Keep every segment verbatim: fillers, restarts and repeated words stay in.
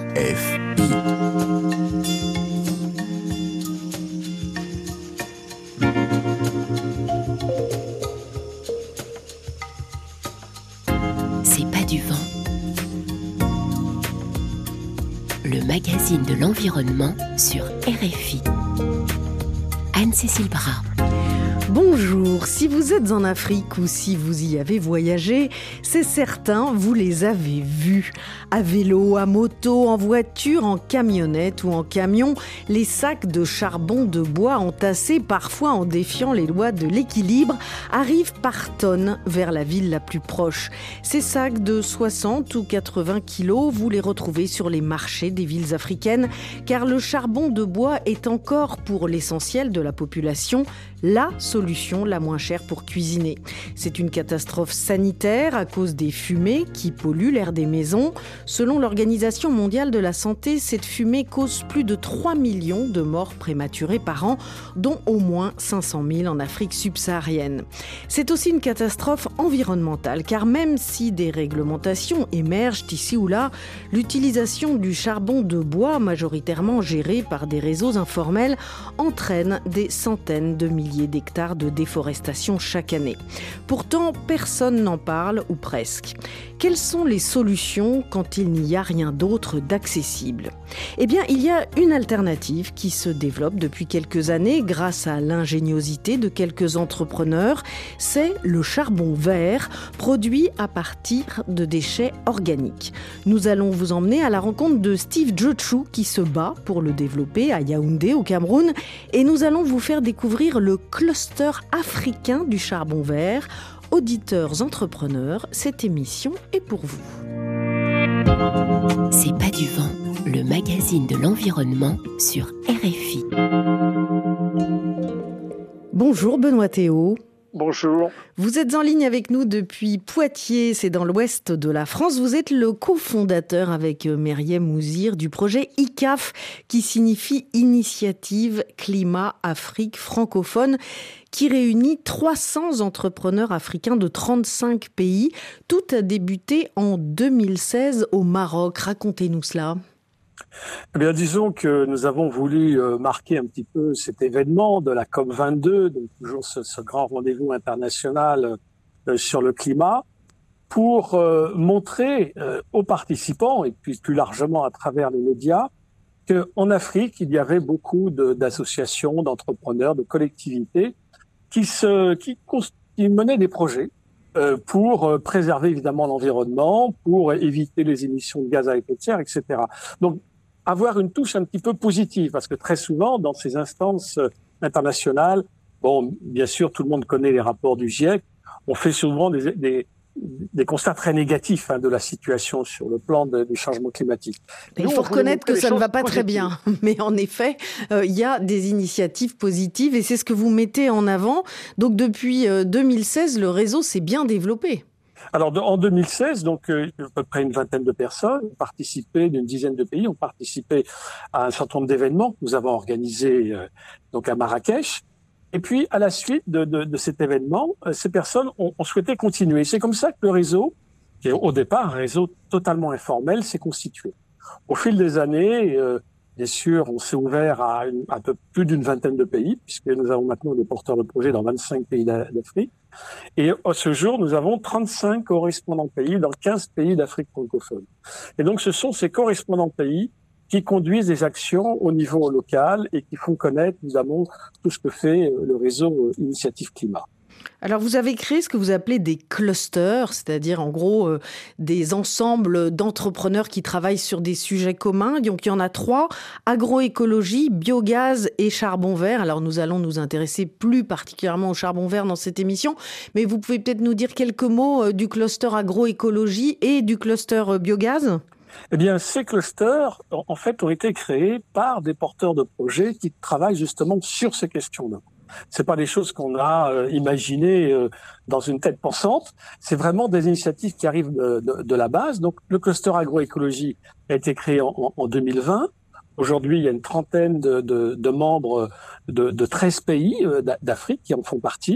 F I. C'est pas du vent. Le magazine de l'environnement sur R F I. Anne-Cécile Bras. Bonjour, si vous êtes en Afrique ou si vous y avez voyagé, c'est certain, vous les avez vus. À vélo, à moto, en voiture, en camionnette ou en camion, les sacs de charbon de bois entassés, parfois en défiant les lois de l'équilibre, arrivent par tonnes vers la ville la plus proche. Ces sacs de soixante ou quatre-vingts kilos, vous les retrouvez sur les marchés des villes africaines, car le charbon de bois est encore, pour l'essentiel de la population, la solution la moins chère pour cuisiner. C'est une catastrophe sanitaire à cause des fumées qui polluent l'air des maisons. Selon l'Organisation mondiale de la santé, cette fumée cause plus de trois millions de morts prématurées par an, dont au moins cinq cent mille en Afrique subsaharienne. C'est aussi une catastrophe environnementale, car même si des réglementations émergent ici ou là, l'utilisation du charbon de bois, majoritairement géré par des réseaux informels, entraîne des centaines de milliers d'hectares de déforestation chaque année. Pourtant, personne n'en parle, ou presque. Quelles sont les solutions quand il n'y a rien d'autre d'accessible ? Eh bien, il y a une alternative qui se développe depuis quelques années grâce à l'ingéniosité de quelques entrepreneurs. C'est le charbon vert, produit à partir de déchets organiques. Nous allons vous emmener à la rencontre de Steve Jochou qui se bat pour le développer à Yaoundé, au Cameroun, et nous allons vous faire découvrir le cluster africain du charbon vert. Auditeurs, entrepreneurs, cette émission est pour vous. C'est pas du vent, le magazine de l'environnement sur R F I. Bonjour Benoît Théo. Bonjour. Vous êtes en ligne avec nous depuis Poitiers, c'est dans l'ouest de la France. Vous êtes le cofondateur avec Meriem Ouzir du projet I C A F, qui signifie Initiative Climat Afrique francophone, qui réunit trois cents entrepreneurs africains de trente-cinq pays. Tout a débuté en deux mille seize au Maroc. Racontez-nous cela. Eh bien, disons que nous avons voulu euh, marquer un petit peu cet événement de la C O P vingt-deux, donc toujours ce, ce grand rendez-vous international euh, sur le climat, pour euh, montrer euh, aux participants, et puis plus largement à travers les médias, qu'en Afrique, il y avait beaucoup de, d'associations, d'entrepreneurs, de collectivités qui, se, qui, qui menaient des projets euh, pour euh, préserver évidemment l'environnement, pour éviter les émissions de gaz à effet de serre, et cetera. Donc, avoir une touche un petit peu positive, parce que très souvent, dans ces instances internationales, bon, bien sûr, tout le monde connaît les rapports du GIEC, on fait souvent des, des, des constats très négatifs hein, de la situation sur le plan de, du changement climatique. Et il faut reconnaître que ça ne va pas positives. Très bien, mais en effet, euh, il y a des initiatives positives, et c'est ce que vous mettez en avant. Donc depuis euh, deux mille seize, le réseau s'est bien développé. Alors, de, en deux mille seize, donc euh, à peu près une vingtaine de personnes ont participé, d'une dizaine de pays ont participé à un certain nombre d'événements que nous avons organisés euh, donc à Marrakech. Et puis, à la suite de, de, de cet événement, euh, ces personnes ont, ont souhaité continuer. C'est comme ça que le réseau, qui est au départ un réseau totalement informel, s'est constitué. Au fil des années, euh, bien sûr, on s'est ouvert à, une, à peu plus d'une vingtaine de pays, puisque nous avons maintenant des porteurs de projets dans vingt-cinq pays d'Afrique. Et à ce jour, nous avons trente-cinq correspondants pays dans quinze pays d'Afrique francophone. Et donc, ce sont ces correspondants pays qui conduisent des actions au niveau local et qui font connaître, évidemment, tout ce que fait le réseau Initiative Climat. Alors, vous avez créé ce que vous appelez des clusters, c'est-à-dire en gros euh, des ensembles d'entrepreneurs qui travaillent sur des sujets communs. Donc, il y en a trois, agroécologie, biogaz et charbon vert. Alors, nous allons nous intéresser plus particulièrement au charbon vert dans cette émission, mais vous pouvez peut-être nous dire quelques mots euh, du cluster agroécologie et du cluster euh, biogaz ? Eh bien, ces clusters, en fait, ont été créés par des porteurs de projets qui travaillent justement sur ces questions-là. C'est pas des choses qu'on a euh, imaginées euh, dans une tête pensante. C'est vraiment des initiatives qui arrivent de, de, de la base. Donc, le cluster agroécologie a été créé en, en, en deux mille vingt. Aujourd'hui, il y a une trentaine de, de, de membres de, de treize pays euh, d'Afrique qui en font partie.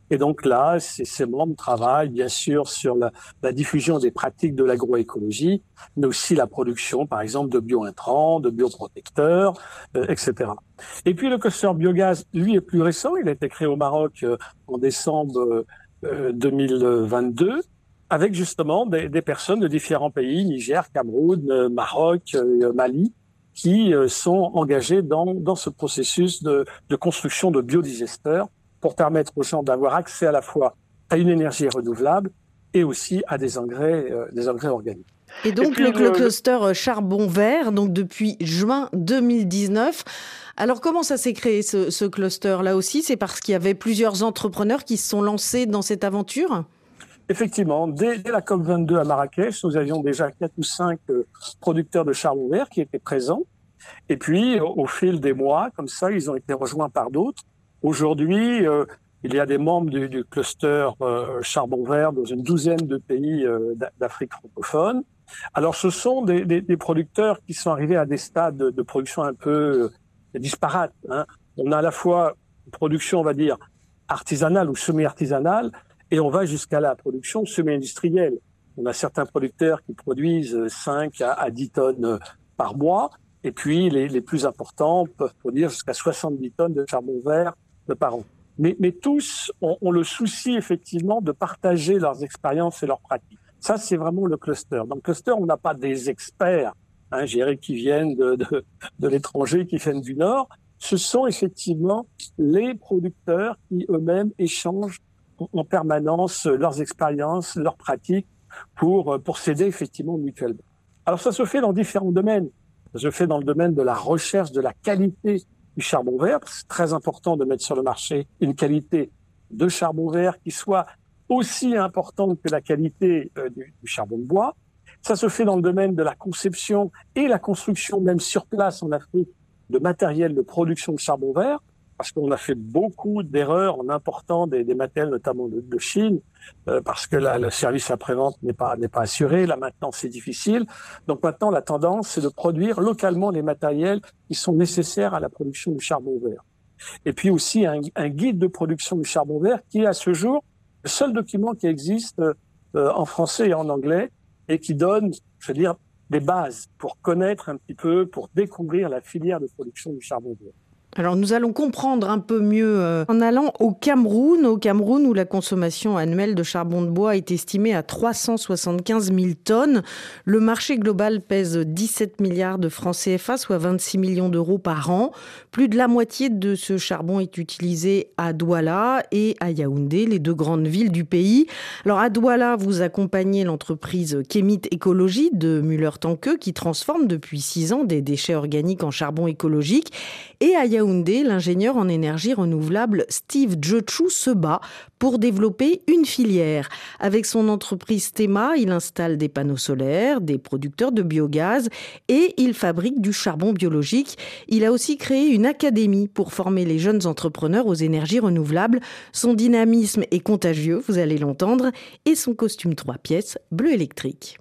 Et donc là, ces, ces membres travaillent bien sûr sur la, la diffusion des pratiques de l'agroécologie, mais aussi la production, par exemple, de biointrants, de bioprotecteurs, euh, et cetera. Et puis le cluster biogaz, lui, est plus récent. Il a été créé au Maroc euh, en décembre euh, deux mille vingt-deux, avec justement des, des personnes de différents pays, Niger, Cameroun, euh, Maroc, euh, Mali, qui euh, sont engagées dans, dans ce processus de, de construction de biodigesteurs, pour permettre aux gens d'avoir accès à la fois à une énergie renouvelable et aussi à des engrais, euh, des engrais organiques. Et donc et puis, le, le le cluster charbon vert, donc depuis juin deux mille dix-neuf. Alors comment ça s'est créé ce, ce cluster là aussi? C'est parce qu'il y avait plusieurs entrepreneurs qui se sont lancés dans cette aventure? Effectivement, dès, dès la COP vingt-deux à Marrakech, nous avions déjà quatre ou cinq euh, producteurs de charbon vert qui étaient présents. Et puis, au, au fil des mois, comme ça, ils ont été rejoints par d'autres. Aujourd'hui, euh, il y a des membres du, du cluster euh, charbon vert dans une douzaine de pays euh, d'Afrique francophone. Alors, ce sont des, des, des producteurs qui sont arrivés à des stades de, de production un peu euh, disparates, hein. On a à la fois une production, on va dire, artisanale ou semi-artisanale, et on va jusqu'à la production semi-industrielle. On a certains producteurs qui produisent cinq à dix tonnes par mois, et puis les, les plus importants peuvent produire jusqu'à soixante-dix tonnes de charbon vert par an. Mais, mais tous ont, ont le souci, effectivement, de partager leurs expériences et leurs pratiques. Ça, c'est vraiment le cluster. Dans le cluster, on n'a pas des experts, hein, je dirais, qui viennent de, de, de l'étranger, qui viennent du Nord. Ce sont effectivement les producteurs qui eux-mêmes échangent en permanence leurs expériences, leurs pratiques pour, pour s'aider effectivement mutuellement. Alors, ça se fait dans différents domaines. Ça se fait dans le domaine de la recherche de la qualité du charbon vert. C'est très important de mettre sur le marché une qualité de charbon vert qui soit aussi importante que la qualité euh, du, du charbon de bois. Ça se fait dans le domaine de la conception et la construction, même sur place en Afrique, de matériel de production de charbon vert, parce qu'on a fait beaucoup d'erreurs en important des, des matériels, notamment de, de Chine, euh, parce que là, le service après-vente n'est pas, n'est pas assuré. Là, maintenant, c'est difficile. Donc maintenant, la tendance, c'est de produire localement les matériels qui sont nécessaires à la production du charbon vert. Et puis aussi un, un guide de production du charbon vert qui est à ce jour le seul document qui existe euh, en français et en anglais et qui donne, je veux dire, des bases pour connaître un petit peu, pour découvrir la filière de production du charbon vert. Alors nous allons comprendre un peu mieux euh, en allant au Cameroun, au Cameroun où la consommation annuelle de charbon de bois est estimée à trois cent soixante-quinze mille tonnes. Le marché global pèse dix-sept milliards de francs C F A, soit vingt-six millions d'euros par an. Plus de la moitié de ce charbon est utilisé à Douala et à Yaoundé, les deux grandes villes du pays. Alors à Douala, vous accompagnez l'entreprise Kémit Écologie de Muller-Tanqueux qui transforme depuis six ans des déchets organiques en charbon écologique. Et à Yaoundé, l'ingénieur en énergie renouvelable Steve Djochou se bat pour développer une filière. Avec son entreprise Tema, il installe des panneaux solaires, des producteurs de biogaz et il fabrique du charbon biologique. Il a aussi créé une académie pour former les jeunes entrepreneurs aux énergies renouvelables. Son dynamisme est contagieux, vous allez l'entendre, et son costume trois pièces bleu électrique.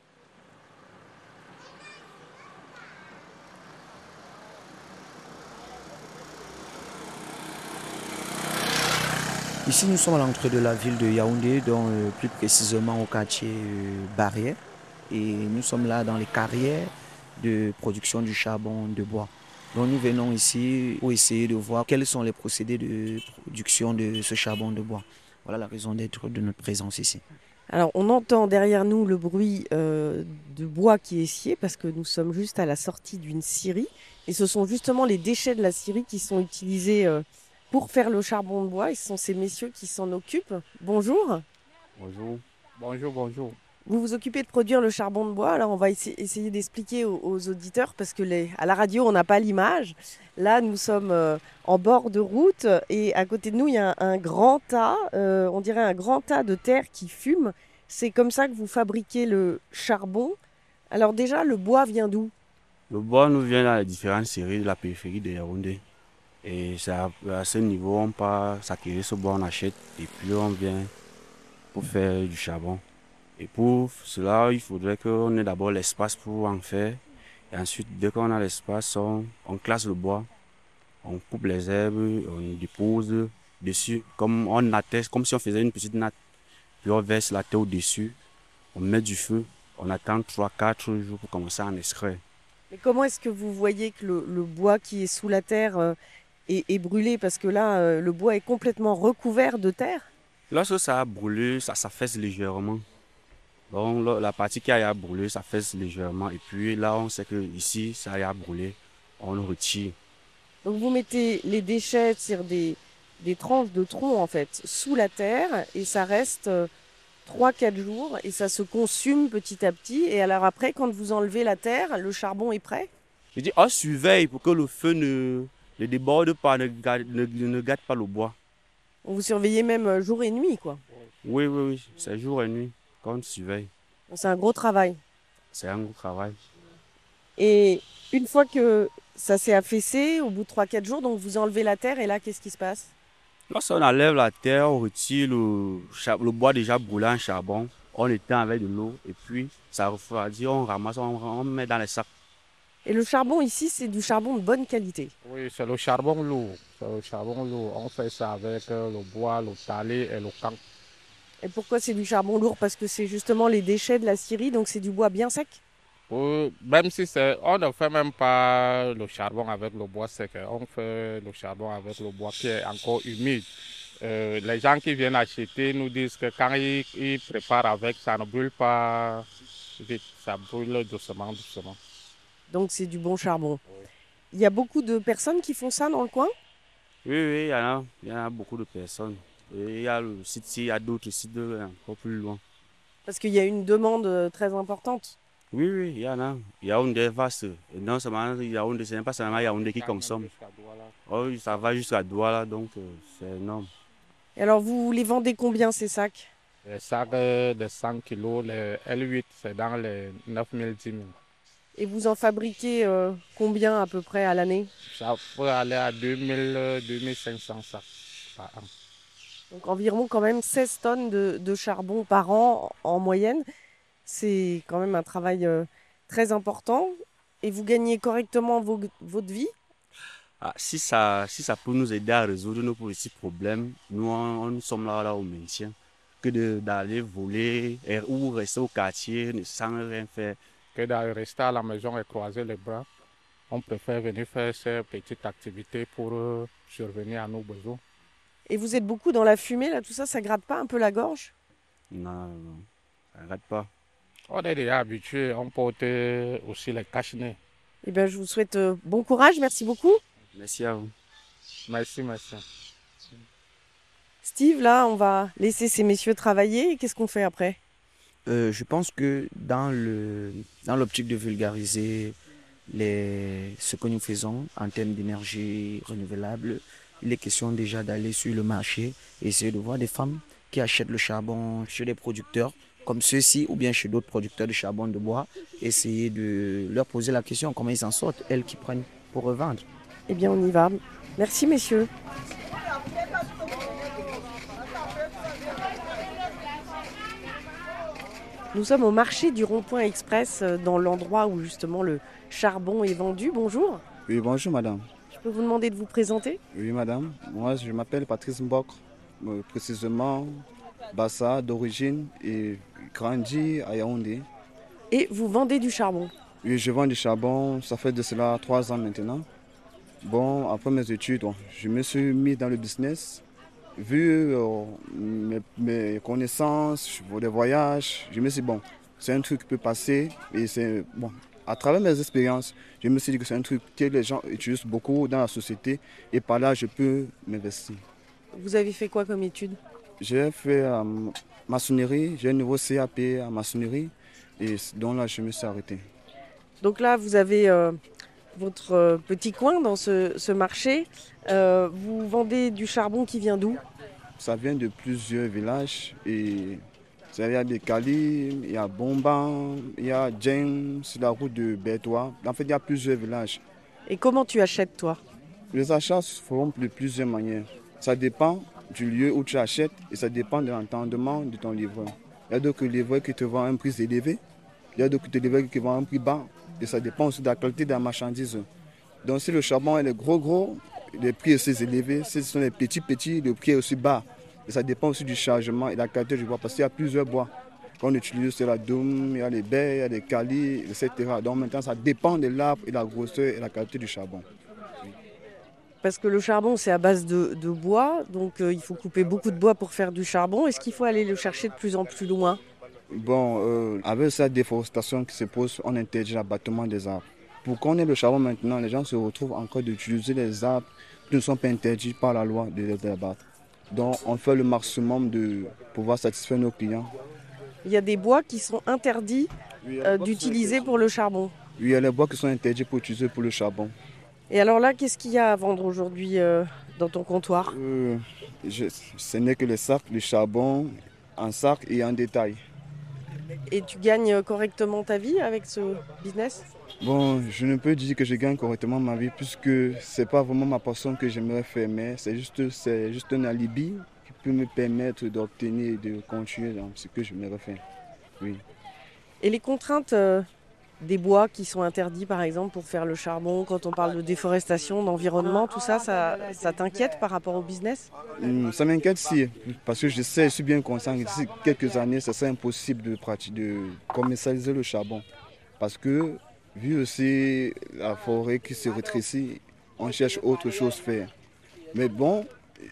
Ici, nous sommes à l'entrée de la ville de Yaoundé, donc euh, plus précisément au quartier euh, Barrière. Et nous sommes là dans les carrières de production du charbon de bois. Donc nous venons ici pour essayer de voir quels sont les procédés de production de ce charbon de bois. Voilà la raison d'être de notre présence ici. Alors on entend derrière nous le bruit euh, de bois qui est scié parce que nous sommes juste à la sortie d'une scierie. Et ce sont justement les déchets de la scierie qui sont utilisés euh, pour faire le charbon de bois. Et ce sont ces messieurs qui s'en occupent. Bonjour. Bonjour. Bonjour, bonjour. Vous vous occupez de produire le charbon de bois. Alors on va essa- essayer d'expliquer aux, aux auditeurs parce que les, à la radio on n'a pas l'image. Là nous sommes euh, en bord de route et à côté de nous il y a un, un grand tas, euh, on dirait un grand tas de terre qui fume. C'est comme ça que vous fabriquez le charbon. Alors déjà le bois vient d'où ? Le bois nous vient dans les différentes séries de la périphérie de Yaoundé. Et c'est à, à ce niveau on part s'acquérir ce bois, on achète et puis on vient pour faire du charbon. Et pour cela, il faudrait qu'on ait d'abord l'espace pour en faire. Et ensuite, dès qu'on a l'espace, on, on classe le bois, on coupe les herbes, on dépose dessus, comme on nattait, comme si on faisait une petite natte. Puis on verse la terre au-dessus, on met du feu, on attend trois quatre jours pour commencer à en extraire. Mais comment est-ce que vous voyez que le, le bois qui est sous la terre euh, est, est brûlé? Parce que là, euh, le bois est complètement recouvert de terre. Lorsque ça a brûlé, ça s'affaisse légèrement. Donc la, la partie qui a brûlé, ça s'affaisse légèrement. Et puis là, on sait que ici, ça a brûlé, on le retire. Donc vous mettez les déchets sur des, des tranches de tronc en fait, sous la terre, et ça reste euh, trois quatre jours, et ça se consume petit à petit. Et alors après, quand vous enlevez la terre, le charbon est prêt? Je dis, on surveille pour que le feu ne, ne déborde pas, ne, ne, ne gâte pas le bois. Vous surveillez même euh, jour et nuit, quoi. Oui, oui, oui, c'est jour et nuit qu'on surveille. C'est un gros travail. C'est un gros travail. Et une fois que ça s'est affaissé, au bout de trois quatre jours, donc vous enlevez la terre, et là, qu'est-ce qui se passe? Lorsqu'on enlève la terre, on retire le, le bois déjà brûlé en charbon, on éteint avec de l'eau, et puis ça refroidit, on ramasse, on, on met dans les sacs. Et le charbon ici, c'est du charbon de bonne qualité. Oui, c'est le charbon lourd. C'est le charbon lourd. On fait ça avec le bois, le talé et le camp. Et pourquoi c'est du charbon lourd? Parce que c'est justement les déchets de la scierie, donc c'est du bois bien sec. Oui, même si c'est, on ne fait même pas le charbon avec le bois sec, on fait le charbon avec le bois qui est encore humide. Euh, les gens qui viennent acheter nous disent que quand ils, ils préparent avec, ça ne brûle pas vite, ça brûle doucement, doucement. Donc c'est du bon charbon. Il y a beaucoup de personnes qui font ça dans le coin? Oui, oui, il y en a, il y en a beaucoup de personnes. Et il y a le site, il y a d'autres sites encore plus loin. Parce qu'il y a une demande très importante. Oui, oui, il y en a. Il y a Yaoundé vaste. Et non seulement Yaoundé, ce n'est pas seulement Yaoundé qui consomme. Oh, oui, ça va jusqu'à Douala, donc euh, c'est énorme. Et alors vous les vendez combien ces sacs? Les sacs de cent kilos, les L huit, c'est dans les neuf mille, dix mille. Et vous en fabriquez euh, combien à peu près à l'année? Ça peut aller à deux mille, deux mille cinq cents sacs par an. Donc environ quand même seize tonnes de, de charbon par an en moyenne. C'est quand même un travail euh, très important. Et vous gagnez correctement vos, votre vie? Ah, si, ça, si ça peut nous aider à résoudre nos petits problèmes, nous, on, on sommes là, là au maintien. Que d'aller voler ou rester au quartier sans rien faire. Que d'aller rester à la maison et croiser les bras. On préfère venir faire ces petites activités pour euh, survenir à nos besoins. Et vous êtes beaucoup dans la fumée, là, tout ça, ça gratte pas un peu la gorge? Non, non, ça ne gratte pas. On est déjà habitué, on porte aussi les cache-nez. Eh bien, je vous souhaite euh, bon courage, merci beaucoup. Merci à vous. Merci, merci. Steve, là, on va laisser ces messieurs travailler. Qu'est-ce qu'on fait après? Euh, je pense que dans le dans l'optique de vulgariser les, ce que nous faisons en termes d'énergie renouvelable, il est question déjà d'aller sur le marché et essayer de voir des femmes qui achètent le charbon chez des producteurs comme ceux-ci ou bien chez d'autres producteurs de charbon de bois, essayer de leur poser la question comment ils s'en sortent, elles qui prennent pour revendre. Eh bien, on y va. Merci, messieurs. Nous sommes au marché du Rond-Point Express, dans l'endroit où justement le charbon est vendu. Bonjour. Oui, bonjour madame. Je peux vous demander de vous présenter? Oui madame, moi je m'appelle Patrice Mbok, euh, précisément Bassa d'origine et grandi à Yaoundé. Et vous vendez du charbon? Oui, je vends du charbon, ça fait de cela trois ans maintenant. Bon, après mes études, bon, je me suis mis dans le business. Vu euh, mes, mes connaissances, les voyages, je me suis dit, bon, c'est un truc qui peut passer. Et c'est, bon, à travers mes expériences, je me suis dit que c'est un truc que les gens utilisent beaucoup dans la société. Et par là, je peux m'investir. Vous avez fait quoi comme études? J'ai fait euh, maçonnerie, j'ai un nouveau C A P à maçonnerie. Et donc là, je me suis arrêté. Donc là, vous avez euh, votre euh, petit coin dans ce, ce marché. Euh, vous vendez du charbon qui vient d'où? Ça vient de plusieurs villages. Et il y a des Kali, il y a Bomban, il y a Djeng, sur la route de Bertois. En fait, il y a plusieurs villages. Et comment tu achètes, toi? Les achats se feront de plusieurs manières. Ça dépend du lieu où tu achètes et ça dépend de l'entendement de ton livreur. Il y a d'autres livreurs qui te vendent un prix élevé. Il y a d'autres livreurs qui vendent un prix bas. Et ça dépend aussi de la qualité de la marchandise. Donc si le charbon est gros gros, les prix aussi élevés. Si ce sont les petits, petits, le prix est aussi bas. Et ça dépend aussi du chargement et de la qualité du bois, parce qu'il y a plusieurs bois. Quand on utilise, c'est la Doum, il y a les baies, il y a les calis, et cetera. Donc maintenant, ça dépend de l'arbre et de la grosseur et de la qualité du charbon. Parce que le charbon, c'est à base de, de bois, donc euh, il faut couper beaucoup de bois pour faire du charbon. Est-ce qu'il faut aller le chercher de plus en plus loin? Bon, euh, avec cette déforestation qui se pose, on interdit l'abattement des arbres. Pour qu'on ait le charbon maintenant, les gens se retrouvent encore d'utiliser les arbres qui ne sont pas interdits par la loi de les abattre. Donc on fait le maximum de pouvoir satisfaire nos clients. Il y a des bois qui sont interdits euh, d'utiliser pour le charbon. Oui, il y a les bois qui sont interdits pour utiliser pour le charbon. Et alors là, qu'est-ce qu'il y a à vendre aujourd'hui euh, dans ton comptoir? euh, je, Ce n'est que les sacs, le charbon en sac et en détail. Et tu gagnes correctement ta vie avec ce business? Bon, je ne peux dire que je gagne correctement ma vie puisque ce n'est pas vraiment ma passion que j'aimerais faire, mais c'est juste, c'est juste un alibi qui peut me permettre d'obtenir et de continuer dans ce que j'aimerais faire. Oui. Et les contraintes euh, des bois qui sont interdits, par exemple, pour faire le charbon, quand on parle de déforestation, d'environnement, tout ça, ça, ça t'inquiète par rapport au business? Hum, Ça m'inquiète si, parce que je sais, je suis bien conscient que d'ici quelques années, ce serait impossible de, pratiquer, de commercialiser le charbon. Parce que, vu aussi la forêt qui se rétrécit, on cherche autre chose à faire. Mais bon,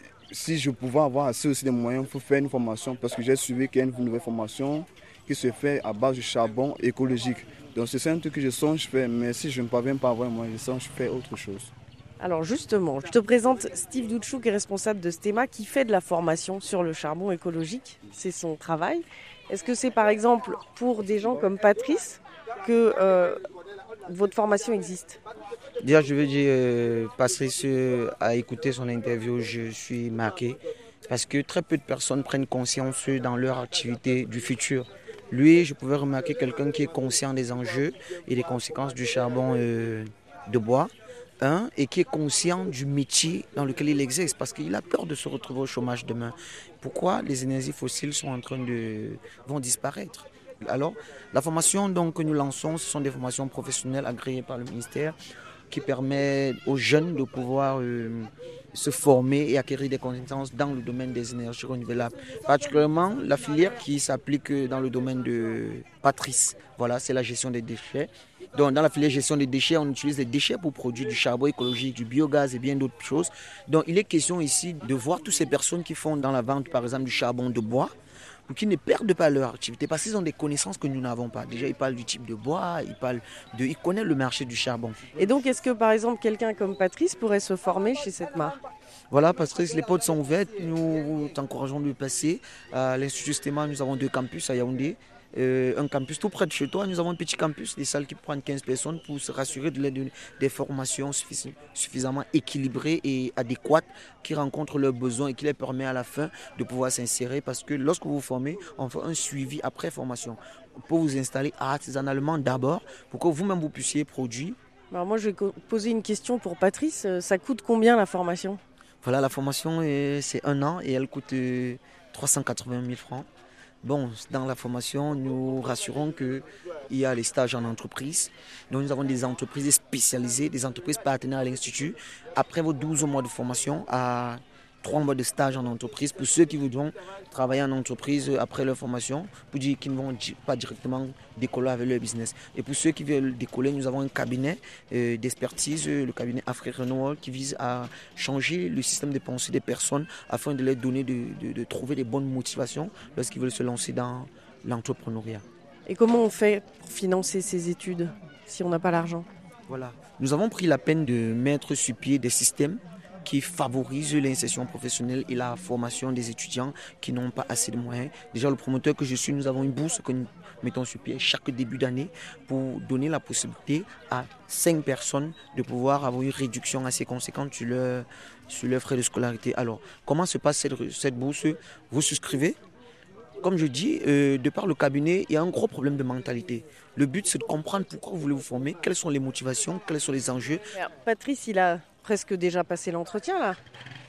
si je pouvais avoir assez aussi de moyens pour faire une formation, parce que j'ai suivi qu'il y a une nouvelle formation qui se fait à base du charbon écologique. Donc c'est un truc que je songe faire, mais si je ne parviens pas à avoir moi, je songe faire autre chose. Alors justement, je te présente Steve Douchou, qui est responsable de Stema, qui fait de la formation sur le charbon écologique. C'est son travail. Est-ce que c'est par exemple pour des gens comme Patrice que euh, votre formation existe? Déjà, je veux dire, euh, Patrice euh, a écouté son interview, je suis marqué. Parce que très peu de personnes prennent conscience dans leur activité du futur. Lui, je pouvais remarquer quelqu'un qui est conscient des enjeux et des conséquences du charbon euh, de bois. Un, et qui est conscient du métier dans lequel il exerce, parce qu'il a peur de se retrouver au chômage demain. Pourquoi les énergies fossiles sont en train de vont disparaître? Alors, la formation donc, que nous lançons, ce sont des formations professionnelles agréées par le ministère qui permettent aux jeunes de pouvoir euh, se former et acquérir des compétences dans le domaine des énergies renouvelables. Particulièrement la filière qui s'applique dans le domaine de Patrice. Voilà, c'est la gestion des déchets. Donc, dans la filière gestion des déchets, on utilise les déchets pour produire du charbon écologique, du biogaz et bien d'autres choses. Donc, il est question ici de voir toutes ces personnes qui font dans la vente, par exemple, du charbon de bois, pour qu'ils ne perdent pas leur activité, parce qu'ils ont des connaissances que nous n'avons pas. Déjà, ils parlent du type de bois, ils, parlent de, ils connaissent le marché du charbon. Et donc, est-ce que, par exemple, quelqu'un comme Patrice pourrait se former chez cette marque? Voilà, Patrice, les portes sont ouvertes. Nous t'encourageons de passer. À l'Institut Stema, nous avons deux campus à Yaoundé. Euh, un campus tout près de chez toi. Nous avons un petit campus, des salles qui prennent quinze personnes pour se rassurer de l'aide des formations suffisamment, suffisamment équilibrées et adéquates qui rencontrent leurs besoins et qui les permet à la fin de pouvoir s'insérer. Parce que lorsque vous vous formez, on fait un suivi après formation pour vous installer artisanalement d'abord pour que vous-même vous puissiez produire. Alors moi, je vais poser une question pour Patrice. Ça coûte combien la formation? Voilà, la formation, c'est un an et elle coûte trois cent quatre-vingt mille francs. Bon, dans la formation, nous rassurons qu'il y a les stages en entreprise. Donc, nous avons des entreprises spécialisées, des entreprises partenaires à l'Institut. Après vos douze mois de formation, à trois mois de stage en entreprise, pour ceux qui voudront travailler en entreprise après leur formation, pour dire qu'ils ne vont pas directement décoller avec leur business. Et pour ceux qui veulent décoller, nous avons un cabinet euh, d'expertise, le cabinet Afrique Renewal, qui vise à changer le système de pensée des personnes afin de leur donner de, de, de trouver des bonnes motivations lorsqu'ils veulent se lancer dans l'entrepreneuriat. Et comment on fait pour financer ces études si on n'a pas l'argent? Voilà. Nous avons pris la peine de mettre sur pied des systèmes qui favorise l'insertion professionnelle et la formation des étudiants qui n'ont pas assez de moyens. Déjà, le promoteur que je suis, nous avons une bourse que nous mettons sur pied chaque début d'année pour donner la possibilité à cinq personnes de pouvoir avoir une réduction assez conséquente sur leurs sur leur frais de scolarité. Alors, comment se passe cette, cette bourse? Vous souscrivez. Comme je dis, euh, de par le cabinet, il y a un gros problème de mentalité. Le but, c'est de comprendre pourquoi vous voulez vous former, quelles sont les motivations, quels sont les enjeux. Patrice, il a presque déjà passé l'entretien là.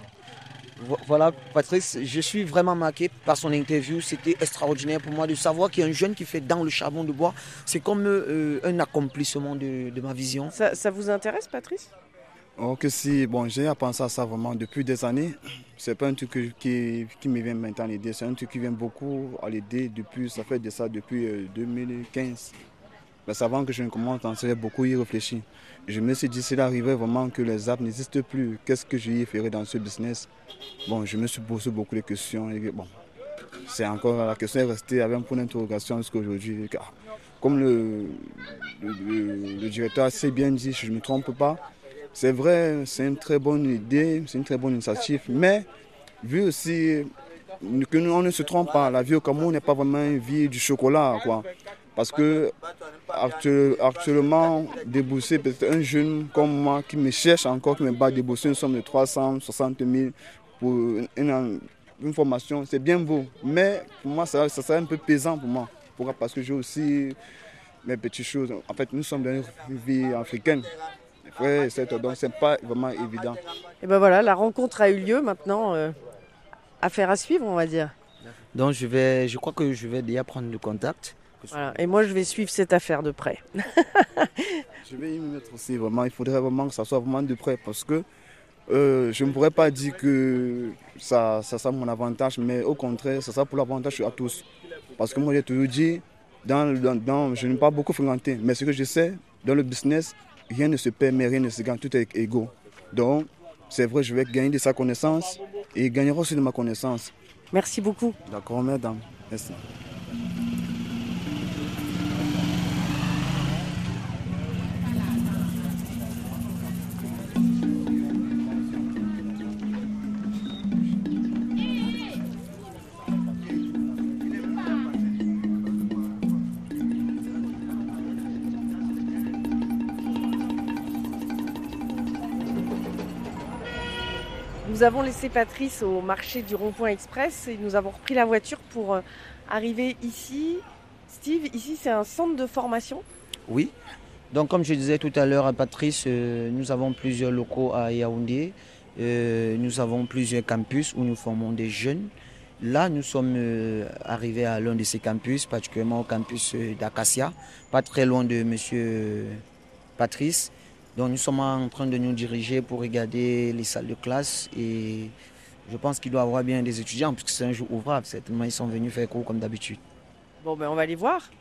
Voilà, Patrice, je suis vraiment marqué par son interview. C'était extraordinaire pour moi de savoir qu'il y a un jeune qui fait dans le charbon de bois. C'est comme euh, un accomplissement de, de ma vision. Ça, ça vous intéresse, Patrice? Oh, que si, bon, j'ai à penser à ça vraiment depuis des années. C'est pas un truc que- qui, qui me vient maintenant à l'idée. C'est un truc qui vient beaucoup à l'idée depuis, ça fait de ça depuis euh, deux mille quinze. Mais avant que je ne commence à en beaucoup y réfléchir. Je me suis dit, s'il arrivait vraiment que les apps n'existent plus, qu'est-ce que je y ferais dans ce business? Bon, je me suis posé beaucoup de questions. Et bon, c'est encore la question est restée avec un point d'interrogation jusqu'à aujourd'hui. Car comme le, le, le- le directeur a assez bien dit, si je ne me trompe pas, c'est vrai, c'est une très bonne idée, c'est une très bonne initiative, mais vu aussi que nous, on ne se trompe pas, la vie au Cameroun n'est pas vraiment une vie du chocolat, quoi. Parce que actu- actuellement, débourser peut-être un jeune comme moi qui me cherche encore, qui me bat débourser une somme de trois cent soixante mille pour une, une- une formation, c'est bien beau. Mais pour moi, ça, ça serait un peu pesant pour moi. Pourquoi? Parce que j'ai aussi mes petites choses. En fait, nous sommes dans une vie africaine. Ouais, c'est, donc c'est pas vraiment évident. Et ben voilà, la rencontre a eu lieu maintenant. euh, affaire à suivre, on va dire. Donc je vais, je crois que je vais déjà prendre le contact. Voilà. Et moi, je vais suivre cette affaire de près. Je vais y me mettre aussi vraiment. Il faudrait vraiment que ça soit vraiment de près parce que euh, je ne pourrais pas dire que ça, ça sera mon avantage, mais au contraire, ça sera pour l'avantage à tous. Parce que moi, j'ai toujours dit, dans, dans, dans- je n'ai pas beaucoup fréquenté, mais ce que je sais, dans le business, rien ne se perd, mais rien ne se gagne, tout est égaux. Donc, c'est vrai, je vais gagner de sa connaissance et il gagnera aussi de ma connaissance. Merci beaucoup. D'accord, mesdames. Merci. Nous avons laissé Patrice au marché du Rond-Point Express et nous avons repris la voiture pour euh, arriver ici. Steve, ici c'est un centre de formation. Oui. Donc comme je disais tout à l'heure à Patrice, euh, nous avons plusieurs locaux à Yaoundé. Euh, nous avons plusieurs campus où nous formons des jeunes. Là, nous sommes euh, arrivés à l'un de ces campus, particulièrement au campus euh, d'Acacia, pas très loin de monsieur Patrice. Donc nous sommes en train de nous diriger pour regarder les salles de classe et je pense qu'il doit y avoir bien des étudiants puisque c'est un jour ouvrable. Certainement, ils sont venus faire cours comme d'habitude. Bon, ben on va aller voir.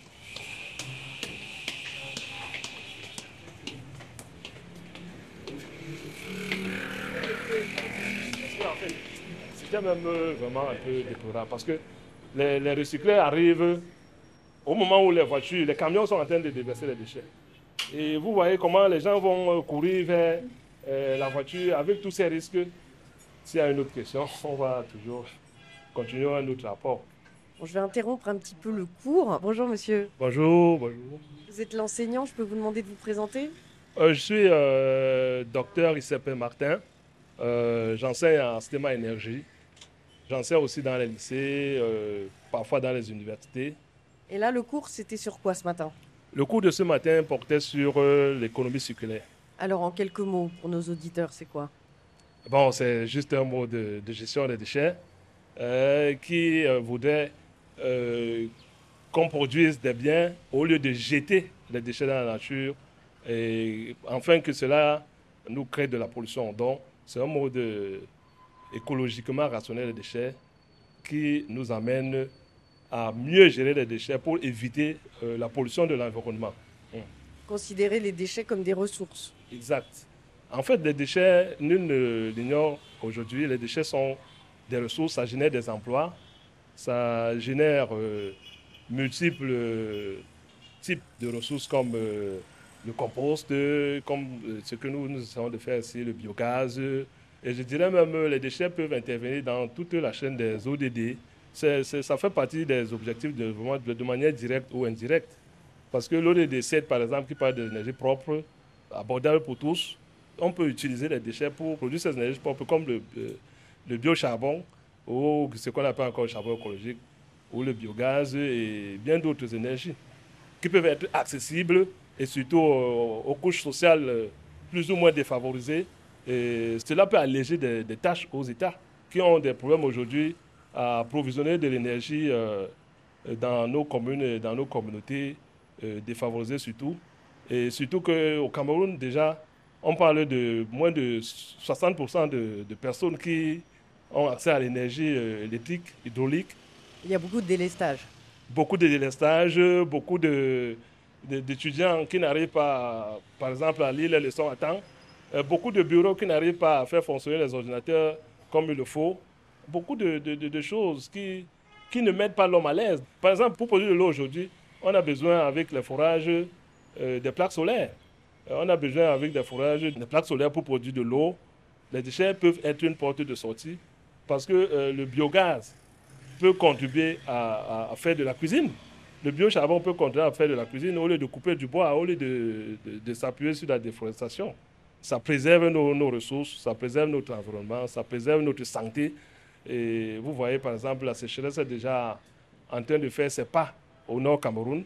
C'était même euh, vraiment un peu déplorable parce que les, les recycleurs arrivent au moment où les voitures, les camions sont en train de déverser les déchets. Et vous voyez comment les gens vont euh, courir vers euh, la voiture avec tous ces risques. S'il y a une autre question, on va toujours continuer un autre rapport. Bon, je vais interrompre un petit peu le cours. Bonjour monsieur. Bonjour, bonjour. Vous êtes l'enseignant, je peux vous demander de vous présenter? Euh, je suis euh, docteur, il s'appelle Martin. Euh, j'enseigne en système à énergie. J'enseigne aussi dans les lycées, euh, parfois dans les universités. Et là, le cours, c'était sur quoi ce matin? Le cours de ce matin portait sur euh, l'économie circulaire. Alors, en quelques mots, pour nos auditeurs, c'est quoi? Bon, c'est juste un mot de, de gestion des déchets euh, qui euh, voudrait euh, qu'on produise des biens au lieu de jeter les déchets dans la nature et afin que cela nous crée de la pollution. Donc, c'est un mode de, écologiquement rationnel des déchets qui nous amène à mieux gérer les déchets pour éviter euh, la pollution de l'environnement. Hum. Considérer les déchets comme des ressources. Exact. En fait, les déchets, nul ne l'ignore aujourd'hui, les déchets sont des ressources, ça génère des emplois, ça génère euh, multiples euh, types de ressources comme euh, le compost, euh, comme euh, ce que nous, nous essayons de faire ici, le biogaz. Euh, et je dirais même euh, les déchets peuvent intervenir dans toute la chaîne des O D D. C'est, c'est, ça fait partie des objectifs de développement de, de manière directe ou indirecte. Parce que l'O D D sept, par exemple, qui parle d'énergie propre, abordable pour tous, on peut utiliser les déchets pour produire ces énergies propres comme le, le, le biocharbon ou ce qu'on appelle encore le charbon écologique ou le biogaz et bien d'autres énergies qui peuvent être accessibles et surtout aux, aux couches sociales plus ou moins défavorisées. Et cela peut alléger des, des tâches aux États qui ont des problèmes aujourd'hui à approvisionner de l'énergie euh, dans nos communes et dans nos communautés euh, défavorisées surtout. Et surtout qu'au Cameroun, déjà, on parle de moins de soixante pour cent de, de personnes qui ont accès à l'énergie euh, électrique, hydraulique. Il y a beaucoup de délestage. Beaucoup de délestage, beaucoup de, de, d'étudiants qui n'arrivent pas, par exemple, à lire les leçons à temps. Euh, beaucoup de bureaux qui n'arrivent pas à faire fonctionner les ordinateurs comme il le faut. Beaucoup de, de, de, de choses qui, qui ne mettent pas l'homme à l'aise. Par exemple, pour produire de l'eau aujourd'hui, on a besoin, avec les forages, euh, des plaques solaires. Euh, on a besoin, avec des forages, des plaques solaires pour produire de l'eau. Les déchets peuvent être une porte de sortie parce que euh, le biogaz peut contribuer à, à, à faire de la cuisine. Le biocharbon peut contribuer à faire de la cuisine au lieu de couper du bois, au lieu de, de, de s'appuyer sur la déforestation. Ça préserve nos, nos ressources, ça préserve notre environnement, ça préserve notre santé. Et vous voyez, par exemple, la sécheresse est déjà en train de faire ses pas au nord Cameroun.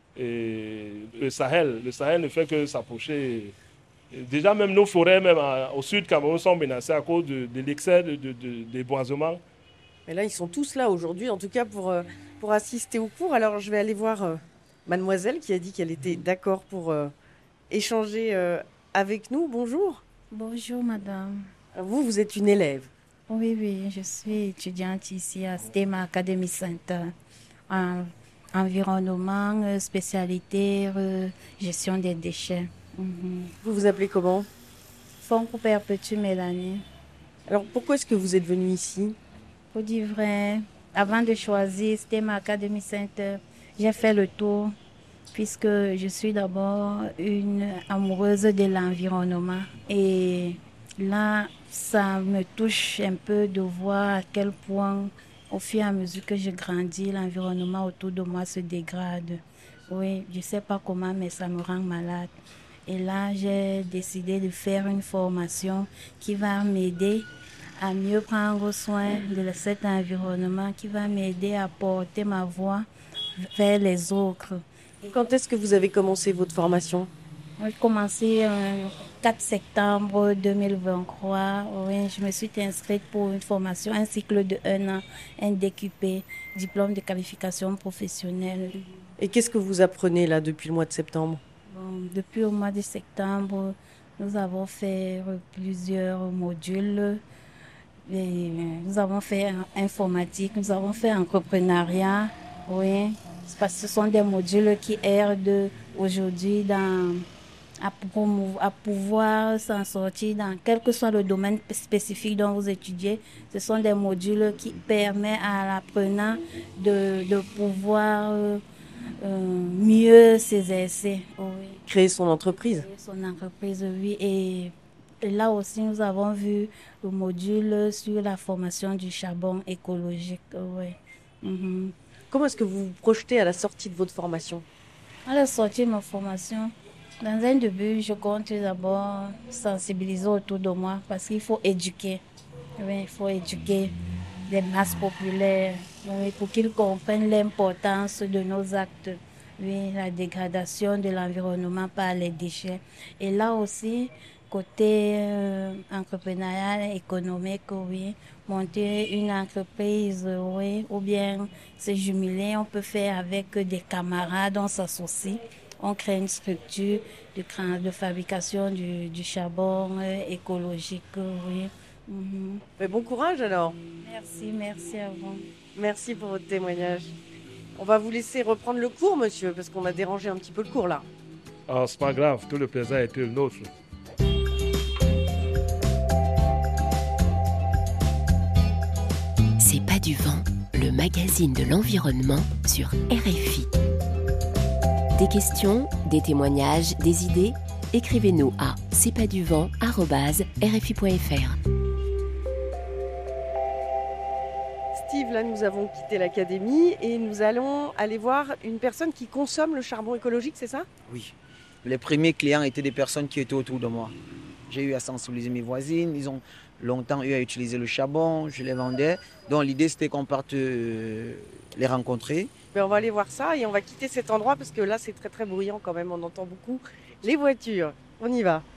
Et le Sahel, le Sahel ne fait que s'approcher. Déjà, même nos forêts, même au sud Cameroun, sont menacées à cause de, de l'excès de, de, de, de déboisement. Et là, ils sont tous là aujourd'hui, en tout cas pour, euh, pour assister au cours. Alors, je vais aller voir euh, mademoiselle qui a dit qu'elle était d'accord pour euh, échanger euh, avec nous. Bonjour. Bonjour, madame. Vous, vous êtes une élève. Oui, oui, je suis étudiante ici à STEMA Academy Center. En environnement, euh, spécialité, euh, gestion des déchets. Mm-hmm. Vous vous appelez comment? Fonko Perpétue Mélanie. Alors, pourquoi est-ce que vous êtes venue ici? Pour dire vrai, avant de choisir STEMA Academy Center, j'ai fait le tour puisque je suis d'abord une amoureuse de l'environnement. Et là, ça me touche un peu de voir à quel point, au fur et à mesure que je grandis, l'environnement autour de moi se dégrade. Oui, je ne sais pas comment, mais ça me rend malade. Et là, j'ai décidé de faire une formation qui va m'aider à mieux prendre soin de cet environnement, qui va m'aider à porter ma voix vers les autres. Quand est-ce que vous avez commencé votre formation? J'ai commencé le quatre septembre deux mille vingt-trois. Oui, je me suis inscrite pour une formation, un cycle de un an, un D Q P, diplôme de qualification professionnelle. Et qu'est-ce que vous apprenez là depuis le mois de septembre? Bon, depuis le mois de septembre, nous avons fait plusieurs modules. Et nous avons fait informatique, nous avons fait entrepreneuriat, oui, parce que ce sont des modules qui aident aujourd'hui dans, à, promouvoir, à pouvoir s'en sortir dans quel que soit le domaine spécifique dont vous étudiez. Ce sont des modules qui permettent à l'apprenant de, de pouvoir euh, euh, mieux s'exercer. Oui. Créer son entreprise. Créer son entreprise, oui. Et Et là aussi, nous avons vu le module sur la formation du charbon écologique. Ouais. Mm-hmm. Comment est-ce que vous vous projetez à la sortie de votre formation? À la sortie de ma formation, dans un début, je compte d'abord sensibiliser autour de moi parce qu'il faut éduquer. Oui, il faut éduquer les masses populaires oui, pour qu'ils comprennent l'importance de nos actes. Oui, la dégradation de l'environnement par les déchets. Et là aussi, côté euh, entrepreneurial, économique, oui, monter une entreprise, oui, ou bien se jumeler, on peut faire avec des camarades, on s'associe, on crée une structure de, de fabrication du, du charbon euh, écologique, oui. Mm-hmm. Mais bon courage alors. Merci, merci à vous. Merci pour votre témoignage. On va vous laisser reprendre le cours, monsieur, parce qu'on a dérangé un petit peu le cours là. Ah, c'est pas grave, tout le plaisir a été le nôtre. C'est pas du vent, le magazine de l'environnement sur R F I. Des questions, des témoignages, des idées? Écrivez-nous à c'est pas du vent arobase r f i point f r. Steve, là nous avons quitté l'académie et nous allons aller voir une personne qui consomme le charbon écologique, c'est ça? Oui. Les premiers clients étaient des personnes qui étaient autour de moi. J'ai eu à sensibiliser mes voisines, ils ont longtemps eu à utiliser le charbon, je les vendais. Donc l'idée c'était qu'on parte euh, les rencontrer. Mais on va aller voir ça et on va quitter cet endroit parce que là c'est très très bruyant quand même, on entend beaucoup les voitures. On y va.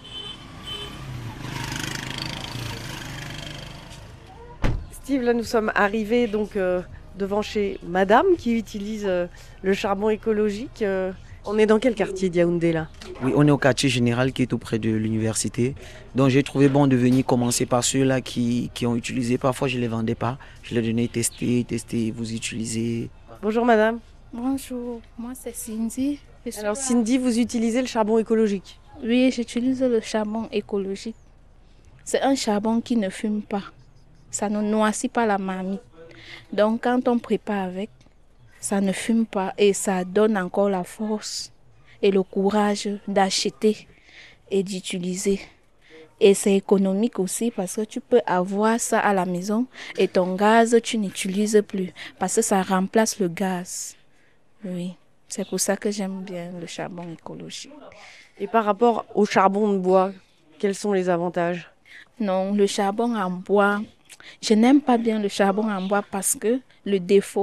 Steve, là nous sommes arrivés donc euh, devant chez madame qui utilise euh, le charbon écologique. Euh, on est dans quel quartier d'Yaoundé là? Oui, on est au quartier général qui est auprès de l'université. Donc j'ai trouvé bon de venir commencer par ceux-là qui, qui ont utilisé. Parfois je ne les vendais pas. Je les donnais tester, tester, vous utilisez. Bonjour madame. Bonjour, moi c'est Cindy. Je suis Alors là. Cindy, vous utilisez le charbon écologique? Oui, j'utilise le charbon écologique. C'est un charbon qui ne fume pas. Ça ne noircit pas la marmite. Donc quand on prépare avec, ça ne fume pas et ça donne encore la force et le courage d'acheter et d'utiliser. Et c'est économique aussi parce que tu peux avoir ça à la maison et ton gaz, tu n'utilises plus parce que ça remplace le gaz. Oui, c'est pour ça que j'aime bien le charbon écologique. Et par rapport au charbon de bois, quels sont les avantages? Non, le charbon en bois, je n'aime pas bien le charbon en bois parce que le défaut,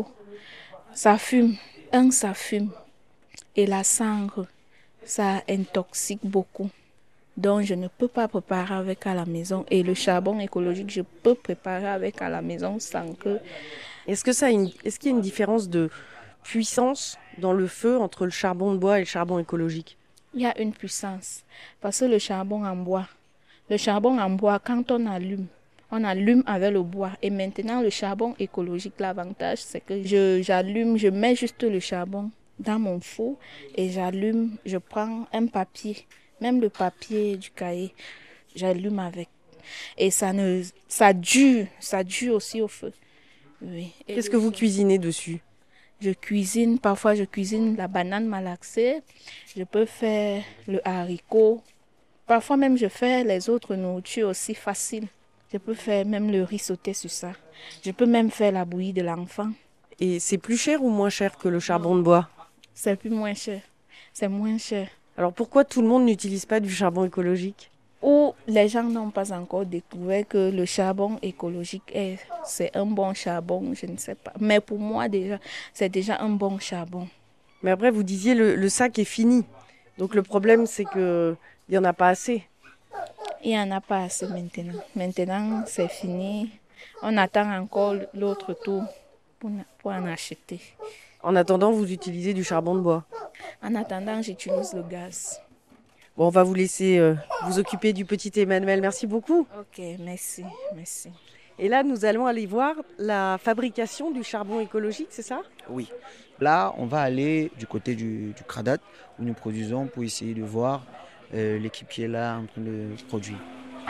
ça fume. Un, ça fume. Et la cendre, ça intoxique beaucoup. Donc, je ne peux pas préparer avec à la maison. Et le charbon écologique, je peux préparer avec à la maison sans que... Est-ce que ça a une... Est-ce qu'il y a une différence de puissance dans le feu entre le charbon de bois et le charbon écologique? Il y a une puissance. Parce que le charbon en bois, le charbon en bois, quand on allume, on allume avec le bois. Et maintenant, le charbon écologique, l'avantage, c'est que je, j'allume, je mets juste le charbon dans mon four et j'allume, je prends un papier, même le papier du cahier, j'allume avec. Et ça ne, ça dure, ça dure aussi au feu. Oui. Qu'est-ce que vous cuisinez dessus? Je cuisine, parfois je cuisine la banane malaxée, je peux faire le haricot, parfois même je fais les autres nourritures aussi faciles. Je peux faire même le riz sauté sur ça. Je peux même faire la bouillie de l'enfant. Et c'est plus cher ou moins cher que le charbon de bois? C'est plus moins cher. C'est moins cher. Alors pourquoi tout le monde n'utilise pas du charbon écologique? Ou les gens n'ont pas encore découvert que le charbon écologique est, c'est un bon charbon, je ne sais pas. Mais pour moi déjà, c'est déjà un bon charbon. Mais après vous disiez le, le sac est fini. Donc le problème c'est que il y en a pas assez. Il n'y en a pas assez maintenant. Maintenant c'est fini. On attend encore l'autre tour pour, pour en acheter. En attendant, vous utilisez du charbon de bois? En attendant, j'utilise le gaz. Bon, on va vous laisser euh, vous occuper du petit Emmanuel. Merci beaucoup. Ok, merci, merci. Et là, nous allons aller voir la fabrication du charbon écologique, c'est ça? Oui. Là, on va aller du côté du, du Cradat où nous produisons pour essayer de voir euh, l'équipe qui est là en train de produire.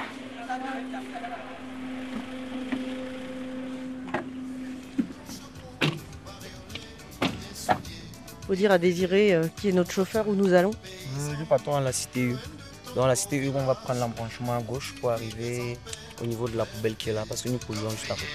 Il faut dire à Désiré euh, qui est notre chauffeur où nous allons. Le patron à la cité U. Dans la cité U, on va prendre l'embranchement à gauche pour arriver au niveau de la poubelle qui est là, parce que nous polluons juste à côté.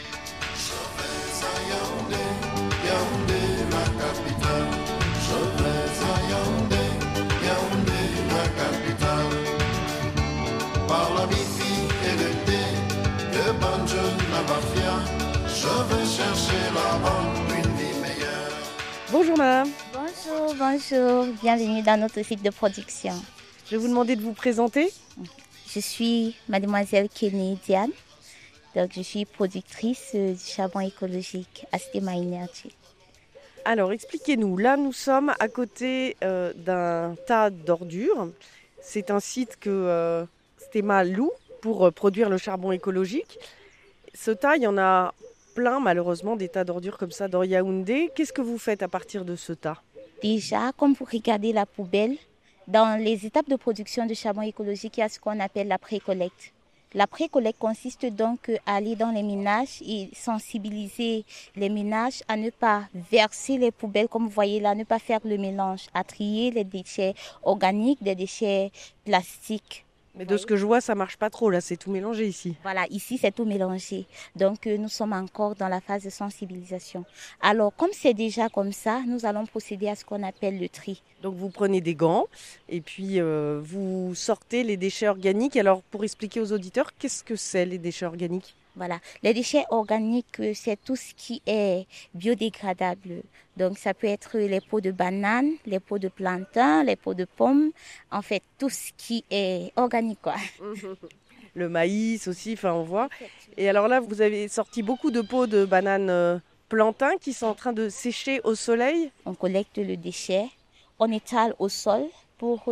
Par la mi-fi et le thé, le banjo, la mafia, je vais chercher là-bas une vie meilleure. Bonjour madame. Bonjour, bonjour, bienvenue dans notre site de production. Je vais vous demander de vous présenter. Je suis mademoiselle Kenny Diane, donc je suis productrice du charbon écologique à Stema Energy. Alors expliquez-nous, là nous sommes à côté euh, d'un tas d'ordures. C'est un site que euh, Stema loue pour euh, produire le charbon écologique. Ce tas, il y en a plein malheureusement des tas d'ordures comme ça dans Yaoundé. Qu'est-ce que vous faites à partir de ce tas? Déjà, comme vous regardez la poubelle, dans les étapes de production de charbon écologique, il y a ce qu'on appelle la pré-collecte. La pré-collecte consiste donc à aller dans les ménages et sensibiliser les ménages à ne pas verser les poubelles, comme vous voyez là, ne pas faire le mélange, à trier les déchets organiques des déchets plastiques. Mais de ce que je vois, ça marche pas trop, là, c'est tout mélangé ici. Voilà, ici c'est tout mélangé. Donc euh, nous sommes encore dans la phase de sensibilisation. Alors comme c'est déjà comme ça, nous allons procéder à ce qu'on appelle le tri. Donc vous prenez des gants et puis euh, vous sortez les déchets organiques. Alors pour expliquer aux auditeurs, qu'est-ce que c'est les déchets organiques ? Voilà, les déchets organiques, c'est tout ce qui est biodégradable. Donc ça peut être les peaux de banane, les peaux de plantain, les peaux de pommes, en fait tout ce qui est organique, quoi. Le maïs aussi, enfin on voit. Et alors là, vous avez sorti beaucoup de peaux de banane euh, plantain qui sont en train de sécher au soleil. On collecte le déchet, on étale au sol pour euh,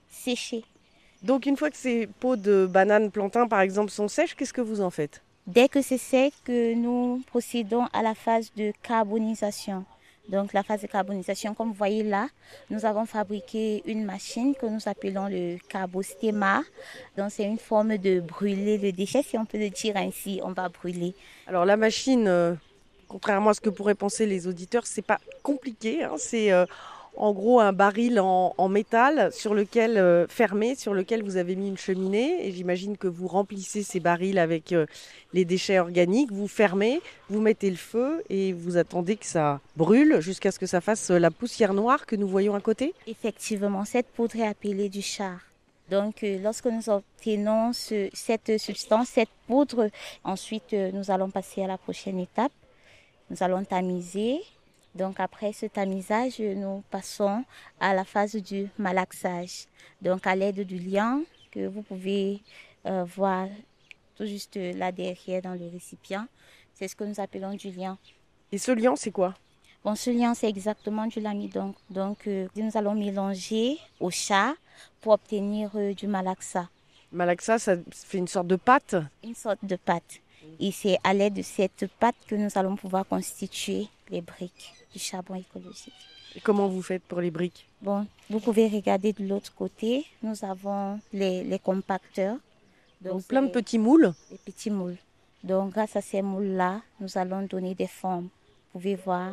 sécher. Donc une fois que ces peaux de bananes plantain par exemple sont sèches, qu'est-ce que vous en faites? Dès que c'est sec, nous procédons à la phase de carbonisation. Donc la phase de carbonisation, comme vous voyez là, nous avons fabriqué une machine que nous appelons le carbostéma. Donc c'est une forme de brûler le déchet, si on peut le dire ainsi, on va brûler. Alors la machine, euh, contrairement à ce que pourraient penser les auditeurs, c'est pas compliqué, hein, c'est euh, en gros un baril en, en métal sur lequel euh, fermé, sur lequel vous avez mis une cheminée et j'imagine que vous remplissez ces barils avec euh, les déchets organiques, vous fermez, vous mettez le feu et vous attendez que ça brûle jusqu'à ce que ça fasse la poussière noire que nous voyons à côté. Effectivement, cette poudre est appelée du char. Donc euh, lorsque nous obtenons ce, cette substance, cette poudre, ensuite euh, nous allons passer à la prochaine étape. Nous allons tamiser. Donc après ce tamisage, nous passons à la phase du malaxage. Donc à l'aide du liant que vous pouvez euh, voir tout juste là derrière dans le récipient, c'est ce que nous appelons du liant. Et ce liant, c'est quoi? Bon, ce liant, c'est exactement du l'amidon. Donc euh, nous allons mélanger au char pour obtenir euh, du malaxa. Malaxa, ça fait une sorte de pâte? Une sorte de pâte. Et c'est à l'aide de cette pâte que nous allons pouvoir constituer les briques du charbon écologique. Et comment vous faites pour les briques? Bon, vous pouvez regarder de l'autre côté. Nous avons les, les compacteurs. Donc, Donc plein de petits moules? Des petits moules. Donc grâce à ces moules-là, nous allons donner des formes. Vous pouvez voir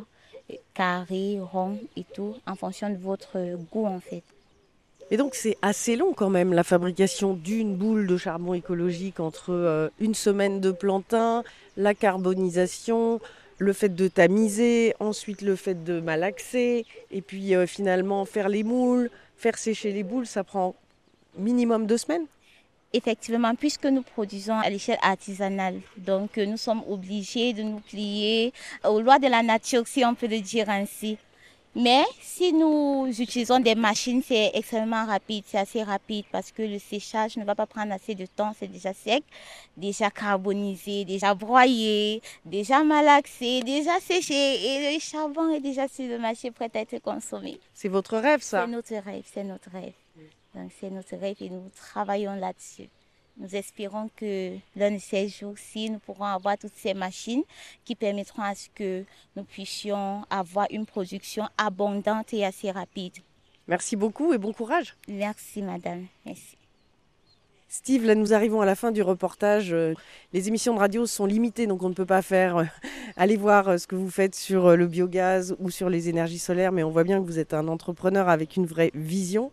carré, rond et tout, en fonction de votre goût en fait. Et donc c'est assez long quand même la fabrication d'une boule de charbon écologique entre euh, une semaine de plantain, la carbonisation, le fait de tamiser, ensuite le fait de malaxer et puis euh, finalement faire les moules, faire sécher les boules, ça prend minimum deux semaines? Effectivement, puisque nous produisons à l'échelle artisanale, donc nous sommes obligés de nous plier aux lois de la nature, si on peut le dire ainsi. Mais si nous utilisons des machines, c'est extrêmement rapide, c'est assez rapide parce que le séchage ne va pas prendre assez de temps, c'est déjà sec, déjà carbonisé, déjà broyé, déjà malaxé, déjà séché et le charbon est déjà sur le marché prêt à être consommé. C'est votre rêve ça? C'est notre rêve, c'est notre rêve. Donc c'est notre rêve et nous travaillons là-dessus. Nous espérons que l'un de ces jours-ci, nous pourrons avoir toutes ces machines qui permettront à ce que nous puissions avoir une production abondante et assez rapide. Merci beaucoup et bon courage. Merci madame, merci. Steve, là nous arrivons à la fin du reportage. Les émissions de radio sont limitées, donc on ne peut pas faire. Allez voir ce que vous faites sur le biogaz ou sur les énergies solaires, mais on voit bien que vous êtes un entrepreneur avec une vraie vision.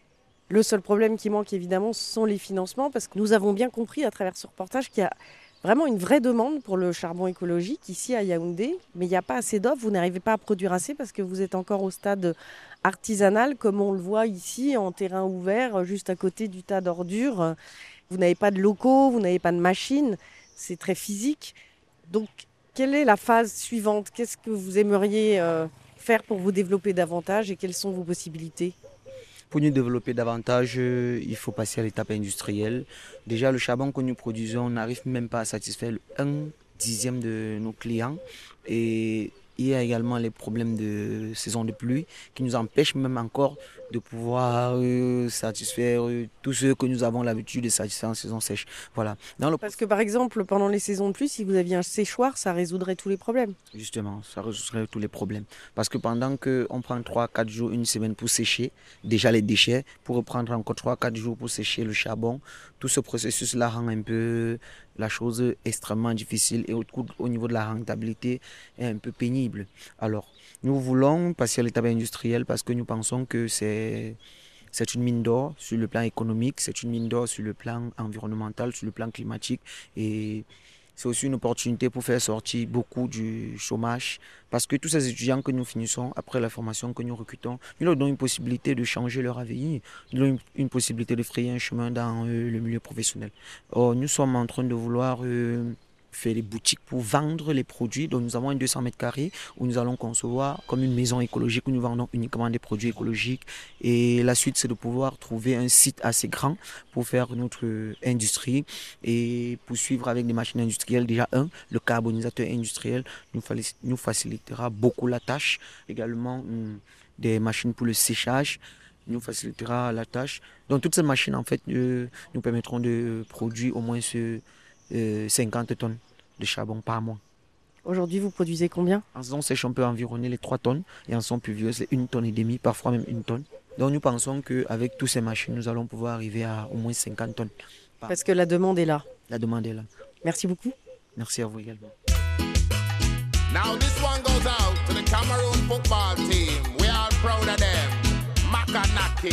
Le seul problème qui manque évidemment, ce sont les financements, parce que nous avons bien compris à travers ce reportage qu'il y a vraiment une vraie demande pour le charbon écologique ici à Yaoundé, mais il n'y a pas assez d'offres, vous n'arrivez pas à produire assez parce que vous êtes encore au stade artisanal, comme on le voit ici en terrain ouvert, juste à côté du tas d'ordures. Vous n'avez pas de locaux, vous n'avez pas de machines, c'est très physique. Donc, quelle est la phase suivante? Qu'est-ce que vous aimeriez euh, faire pour vous développer davantage et quelles sont vos possibilités? Pour nous développer davantage, il faut passer à l'étape industrielle. Déjà, le charbon que nous produisons n'arrive même pas à satisfaire un dixième de nos clients. Et il y a également les problèmes de saison de pluie qui nous empêchent même encore de pouvoir euh, satisfaire euh, tous ceux que nous avons l'habitude de satisfaire en saison sèche. Voilà. Dans le... Parce que par exemple, pendant les saisons de pluie, si vous aviez un séchoir, ça résoudrait tous les problèmes. Justement, ça résoudrait tous les problèmes. Parce que pendant qu'on prend trois à quatre jours, une semaine pour sécher déjà les déchets, pour reprendre encore trois à quatre jours pour sécher le charbon, tout ce processus-là rend un peu la chose extrêmement difficile et au, au niveau de la rentabilité est un peu pénible. Alors, nous voulons passer à l'étape industrielle parce que nous pensons que c'est, c'est une mine d'or sur le plan économique, c'est une mine d'or sur le plan environnemental, sur le plan climatique et c'est aussi une opportunité pour faire sortir beaucoup du chômage parce que tous ces étudiants que nous finissons après la formation que nous recrutons, nous leur donnons une possibilité de changer leur avenir, nous leur donnons une, une possibilité de frayer un chemin dans euh, le milieu professionnel. Or, nous sommes en train de vouloir euh, faire des boutiques pour vendre les produits. Donc nous avons un deux cents mètres carrés où nous allons concevoir comme une maison écologique où nous vendons uniquement des produits écologiques. Et la suite, c'est de pouvoir trouver un site assez grand pour faire notre industrie et poursuivre avec des machines industrielles. Déjà, un, le carbonisateur industriel nous, nous facilitera beaucoup la tâche. Également, des machines pour le séchage. nous facilitera la tâche. Donc toutes ces machines en fait euh, nous permettront de produire au moins ce, euh, cinquante tonnes de charbon par mois. Aujourd'hui, vous produisez combien? En saison sèche, on peut environner les trois tonnes et en saison pluvieuse, c'est une tonne et demie, parfois même une tonne. Donc nous pensons qu'avec toutes ces machines, nous allons pouvoir arriver à au moins cinquante tonnes. Parce que la demande est là. La demande est là. Merci beaucoup. Merci à vous également. Now this one goes out to the Cameroon football team. We are proud of them. Makanaki.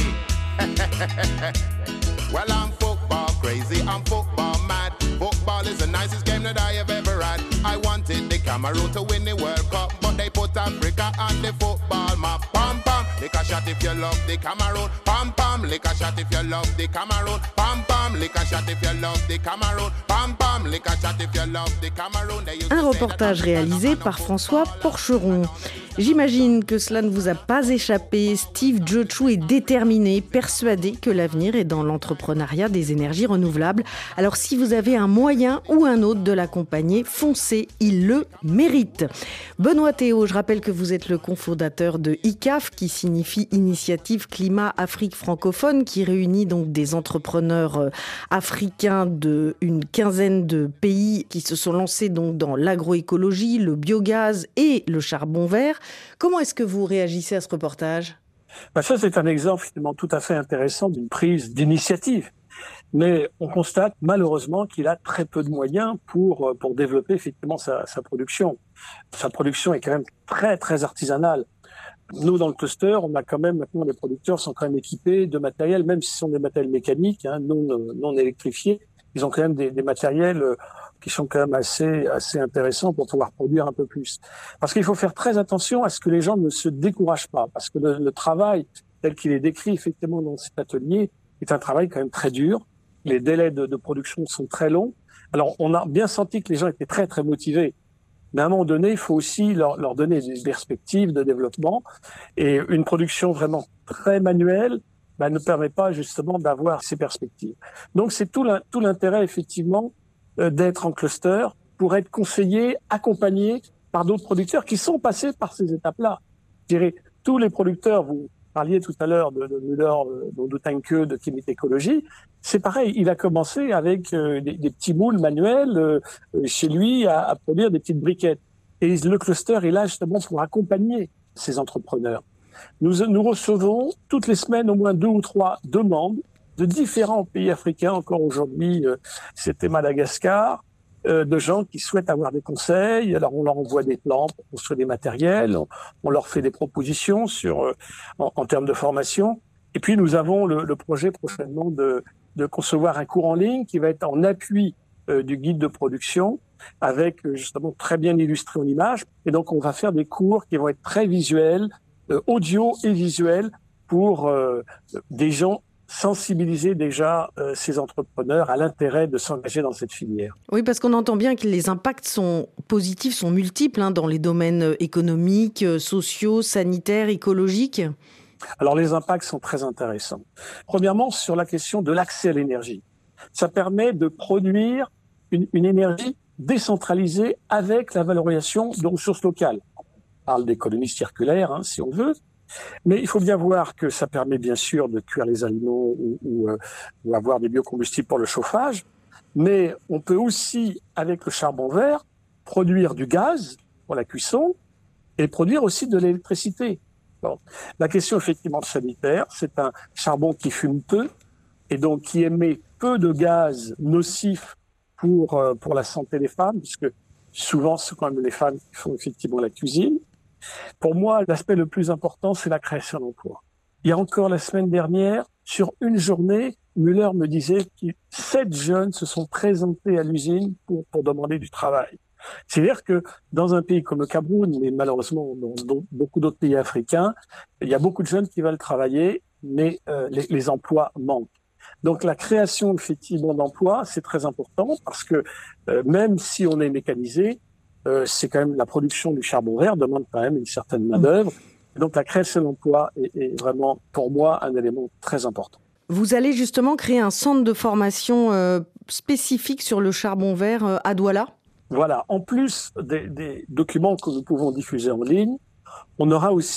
Well, I'm football crazy. I'm football mad. Football is the nicest game that I have ever had. I wanted the Cameroon to win the World Cup, but they put Africa on the football map. Pam pam, lick a shot if you love the Cameroon. Pam pam, lick a shot if you love the Cameroon. Pam pam, lick a shot if you love the Cameroon. Pam pam, lick a shot if you love the Cameroon. Un reportage réalisé par François Porcheron. J'imagine que cela ne vous a pas échappé. Steve Djochou est déterminé, persuadé que l'avenir est dans l'entrepreneuriat des énergies renouvelables. Alors si vous avez un moyen ou un autre de l'accompagner, foncez, il le mérite. Benoît Théo, je rappelle que vous êtes le cofondateur de I C A F, qui signifie Initiative Climat Afrique francophone, qui réunit donc des entrepreneurs africains d'une quinzaine de pays qui se sont lancés donc dans l'agroécologie, le biogaz et le charbon vert. Comment est-ce que vous réagissez à ce reportage ? Ben ça, c'est un exemple finalement tout à fait intéressant d'une prise d'initiative. Mais on constate malheureusement qu'il a très peu de moyens pour, pour développer effectivement sa, sa production. Sa production est quand même très, très artisanale. Nous, dans le cluster, on a quand même, maintenant, les producteurs sont quand même équipés de matériel, même si ce sont des matériels mécaniques, hein, non, non électrifiés, ils ont quand même des, des matériels qui sont quand même assez, assez intéressants pour pouvoir produire un peu plus. Parce qu'il faut faire très attention à ce que les gens ne se découragent pas, parce que le, le travail tel qu'il est décrit effectivement dans cet atelier est un travail quand même très dur. Les délais de, de production sont très longs. Alors, on a bien senti que les gens étaient très, très motivés. Mais à un moment donné, il faut aussi leur, leur donner des perspectives de développement. Et une production vraiment très manuelle ben, ne permet pas justement d'avoir ces perspectives. Donc, c'est tout l'intérêt, effectivement, euh, d'être en cluster pour être conseillé, accompagné par d'autres producteurs qui sont passés par ces étapes-là. Je dirais, tous les producteurs, vous parliez tout à l'heure de, de Müller, de, de Tanke, de Kimit Écologie, c'est pareil, il a commencé avec euh, des, des petits moules manuels euh, chez lui à, à produire des petites briquettes. Et le cluster est là justement pour accompagner ces entrepreneurs. Nous, nous recevons toutes les semaines au moins deux ou trois demandes de différents pays africains. Encore aujourd'hui, euh, c'était Madagascar, euh, de gens qui souhaitent avoir des conseils. Alors on leur envoie des plans pour construire des matériels, on, on leur fait des propositions sur euh, en, en termes de formation. Et puis nous avons le, le projet prochainement de, de concevoir un cours en ligne qui va être en appui euh, du guide de production, avec euh, justement très bien illustré en images. Et donc on va faire des cours qui vont être très visuels, euh, audio et visuels, pour euh, des gens sensibiliser déjà euh, ces entrepreneurs à l'intérêt de s'engager dans cette filière. Oui, parce qu'on entend bien que les impacts sont positifs, sont multiples hein, dans les domaines économiques, sociaux, sanitaires, écologiques. Alors les impacts sont très intéressants. Premièrement, sur la question de l'accès à l'énergie. Ça permet de produire une, une énergie décentralisée avec la valorisation de ressources locales. On parle d'économie circulaire, hein, si on veut. Mais il faut bien voir que ça permet bien sûr de cuire les aliments ou, ou, euh, ou avoir des biocombustibles pour le chauffage. Mais on peut aussi, avec le charbon vert, produire du gaz pour la cuisson et produire aussi de l'électricité. Bon. La question effectivement sanitaire, c'est un charbon qui fume peu et donc qui émet peu de gaz nocifs pour, euh, pour la santé des femmes, puisque souvent c'est quand même les femmes qui font effectivement la cuisine. Pour moi, l'aspect le plus important, c'est la création d'emplois. Il y a encore la semaine dernière, sur une journée, Müller me disait que sept jeunes se sont présentés à l'usine pour, pour demander du travail. C'est-à-dire que dans un pays comme le Cameroun, mais malheureusement dans, dans beaucoup d'autres pays africains, il y a beaucoup de jeunes qui veulent travailler, mais euh, les, les emplois manquent. Donc la création effectivement d'emplois, c'est très important parce que euh, même si on est mécanisé, Euh, c'est quand même la production du charbon vert demande quand même une certaine main-d'œuvre. Et donc la création d'emplois est, est vraiment, pour moi, un élément très important. Vous allez justement créer un centre de formation euh, spécifique sur le charbon vert euh, à Douala ? Voilà. En plus des, des documents que nous pouvons diffuser en ligne, on aura aussi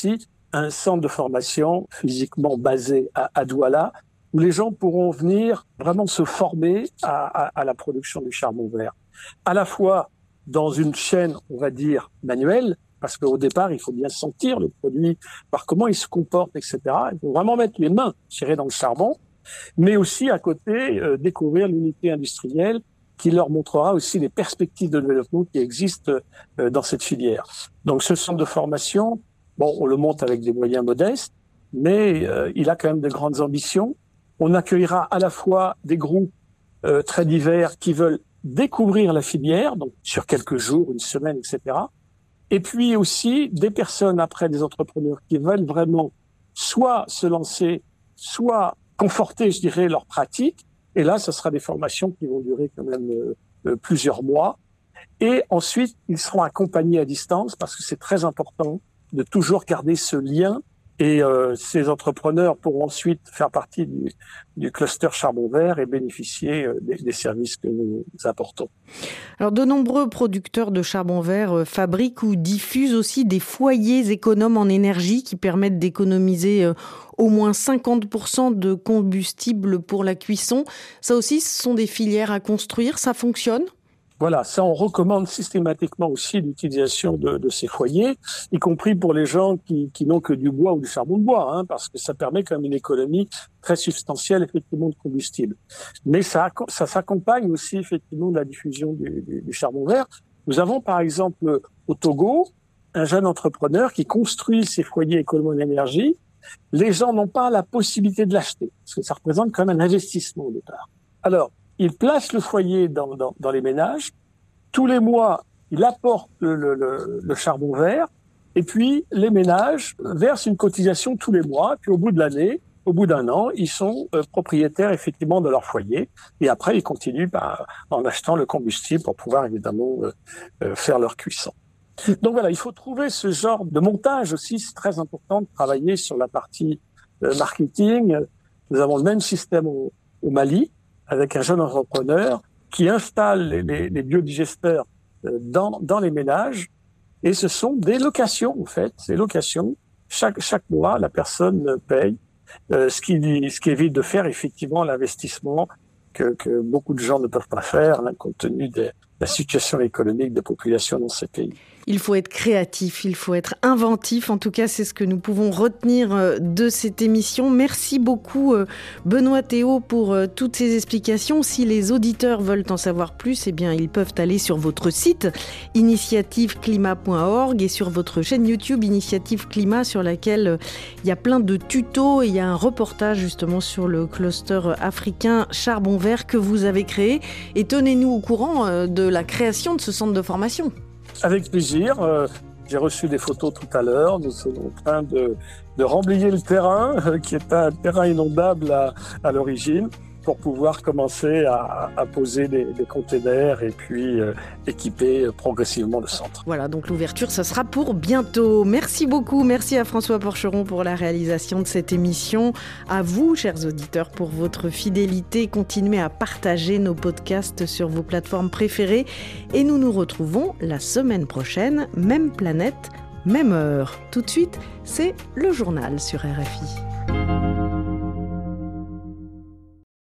un centre de formation physiquement basé à, à Douala, où les gens pourront venir vraiment se former à, à, à la production du charbon vert. À la fois dans une chaîne, on va dire, manuelle, parce qu'au départ, il faut bien sentir le produit, voir comment il se comporte, et cetera. Il faut vraiment mettre les mains tirées dans le charbon, mais aussi à côté, euh, découvrir l'unité industrielle qui leur montrera aussi les perspectives de développement qui existent euh, dans cette filière. Donc ce centre de formation, bon, on le monte avec des moyens modestes, mais euh, il a quand même de grandes ambitions. On accueillera à la fois des groupes euh, très divers qui veulent découvrir la filière, donc sur quelques jours, une semaine, et cetera. Et puis aussi des personnes, après, des entrepreneurs qui veulent vraiment soit se lancer, soit conforter, je dirais, leur pratique. Et là, ce sera des formations qui vont durer quand même euh, plusieurs mois. Et ensuite, ils seront accompagnés à distance parce que c'est très important de toujours garder ce lien. Et euh, ces entrepreneurs pourront ensuite faire partie du, du cluster charbon vert et bénéficier euh, des, des services que nous apportons. Alors, de nombreux producteurs de charbon vert euh, fabriquent ou diffusent aussi des foyers économes en énergie qui permettent d'économiser euh, au moins cinquante pour cent de combustible pour la cuisson. Ça aussi, ce sont des filières à construire. Ça fonctionne ? Voilà, ça on recommande systématiquement aussi l'utilisation de, de ces foyers, y compris pour les gens qui, qui n'ont que du bois ou du charbon de bois, hein, parce que ça permet quand même une économie très substantielle effectivement de combustible. Mais ça, ça s'accompagne aussi effectivement de la diffusion du, du, du charbon vert. Nous avons par exemple au Togo un jeune entrepreneur qui construit ses foyers économes en énergie. Les gens n'ont pas la possibilité de l'acheter, parce que ça représente quand même un investissement au départ. Alors, il place le foyer dans, dans, dans les ménages. Tous les mois, il apporte le, le, le, le charbon vert. Et puis, les ménages versent une cotisation tous les mois. Puis, au bout de l'année, au bout d'un an, ils sont euh, propriétaires, effectivement, de leur foyer. Et après, ils continuent par, en achetant le combustible pour pouvoir, évidemment, euh, euh, faire leur cuisson. Donc voilà, il faut trouver ce genre de montage aussi. C'est très important de travailler sur la partie euh, marketing. Nous avons le même système au, au Mali, avec un jeune entrepreneur qui installe les, les, les biodigesteurs dans, dans les ménages. Et ce sont des locations, en fait. Ces locations, chaque, chaque mois, la personne paye, euh, ce, qui, ce qui évite de faire effectivement l'investissement que, que beaucoup de gens ne peuvent pas faire, hein, compte tenu de la situation économique des populations dans ces pays. Il faut être créatif, il faut être inventif. En tout cas, c'est ce que nous pouvons retenir de cette émission. Merci beaucoup, Benoît Théo, pour toutes ces explications. Si les auditeurs veulent en savoir plus, eh bien, ils peuvent aller sur votre site initiative climat point org et sur votre chaîne YouTube Initiative Climat, sur laquelle il y a plein de tutos. Et il y a un reportage justement sur le cluster africain charbon vert que vous avez créé. Et tenez-nous au courant de la création de ce centre de formation. Avec plaisir. Euh, j'ai reçu des photos tout à l'heure. Nous sommes en train de, de remblayer le terrain, euh, qui est un terrain inondable à, à l'origine, pour pouvoir commencer à, à poser des, des containers et puis euh, équiper progressivement le centre. Voilà, donc l'ouverture, ça sera pour bientôt. Merci beaucoup. Merci à François Porcheron pour la réalisation de cette émission. À vous, chers auditeurs, pour votre fidélité. Continuez à partager nos podcasts sur vos plateformes préférées. Et nous nous retrouvons la semaine prochaine, même planète, même heure. Tout de suite, c'est le journal sur R F I.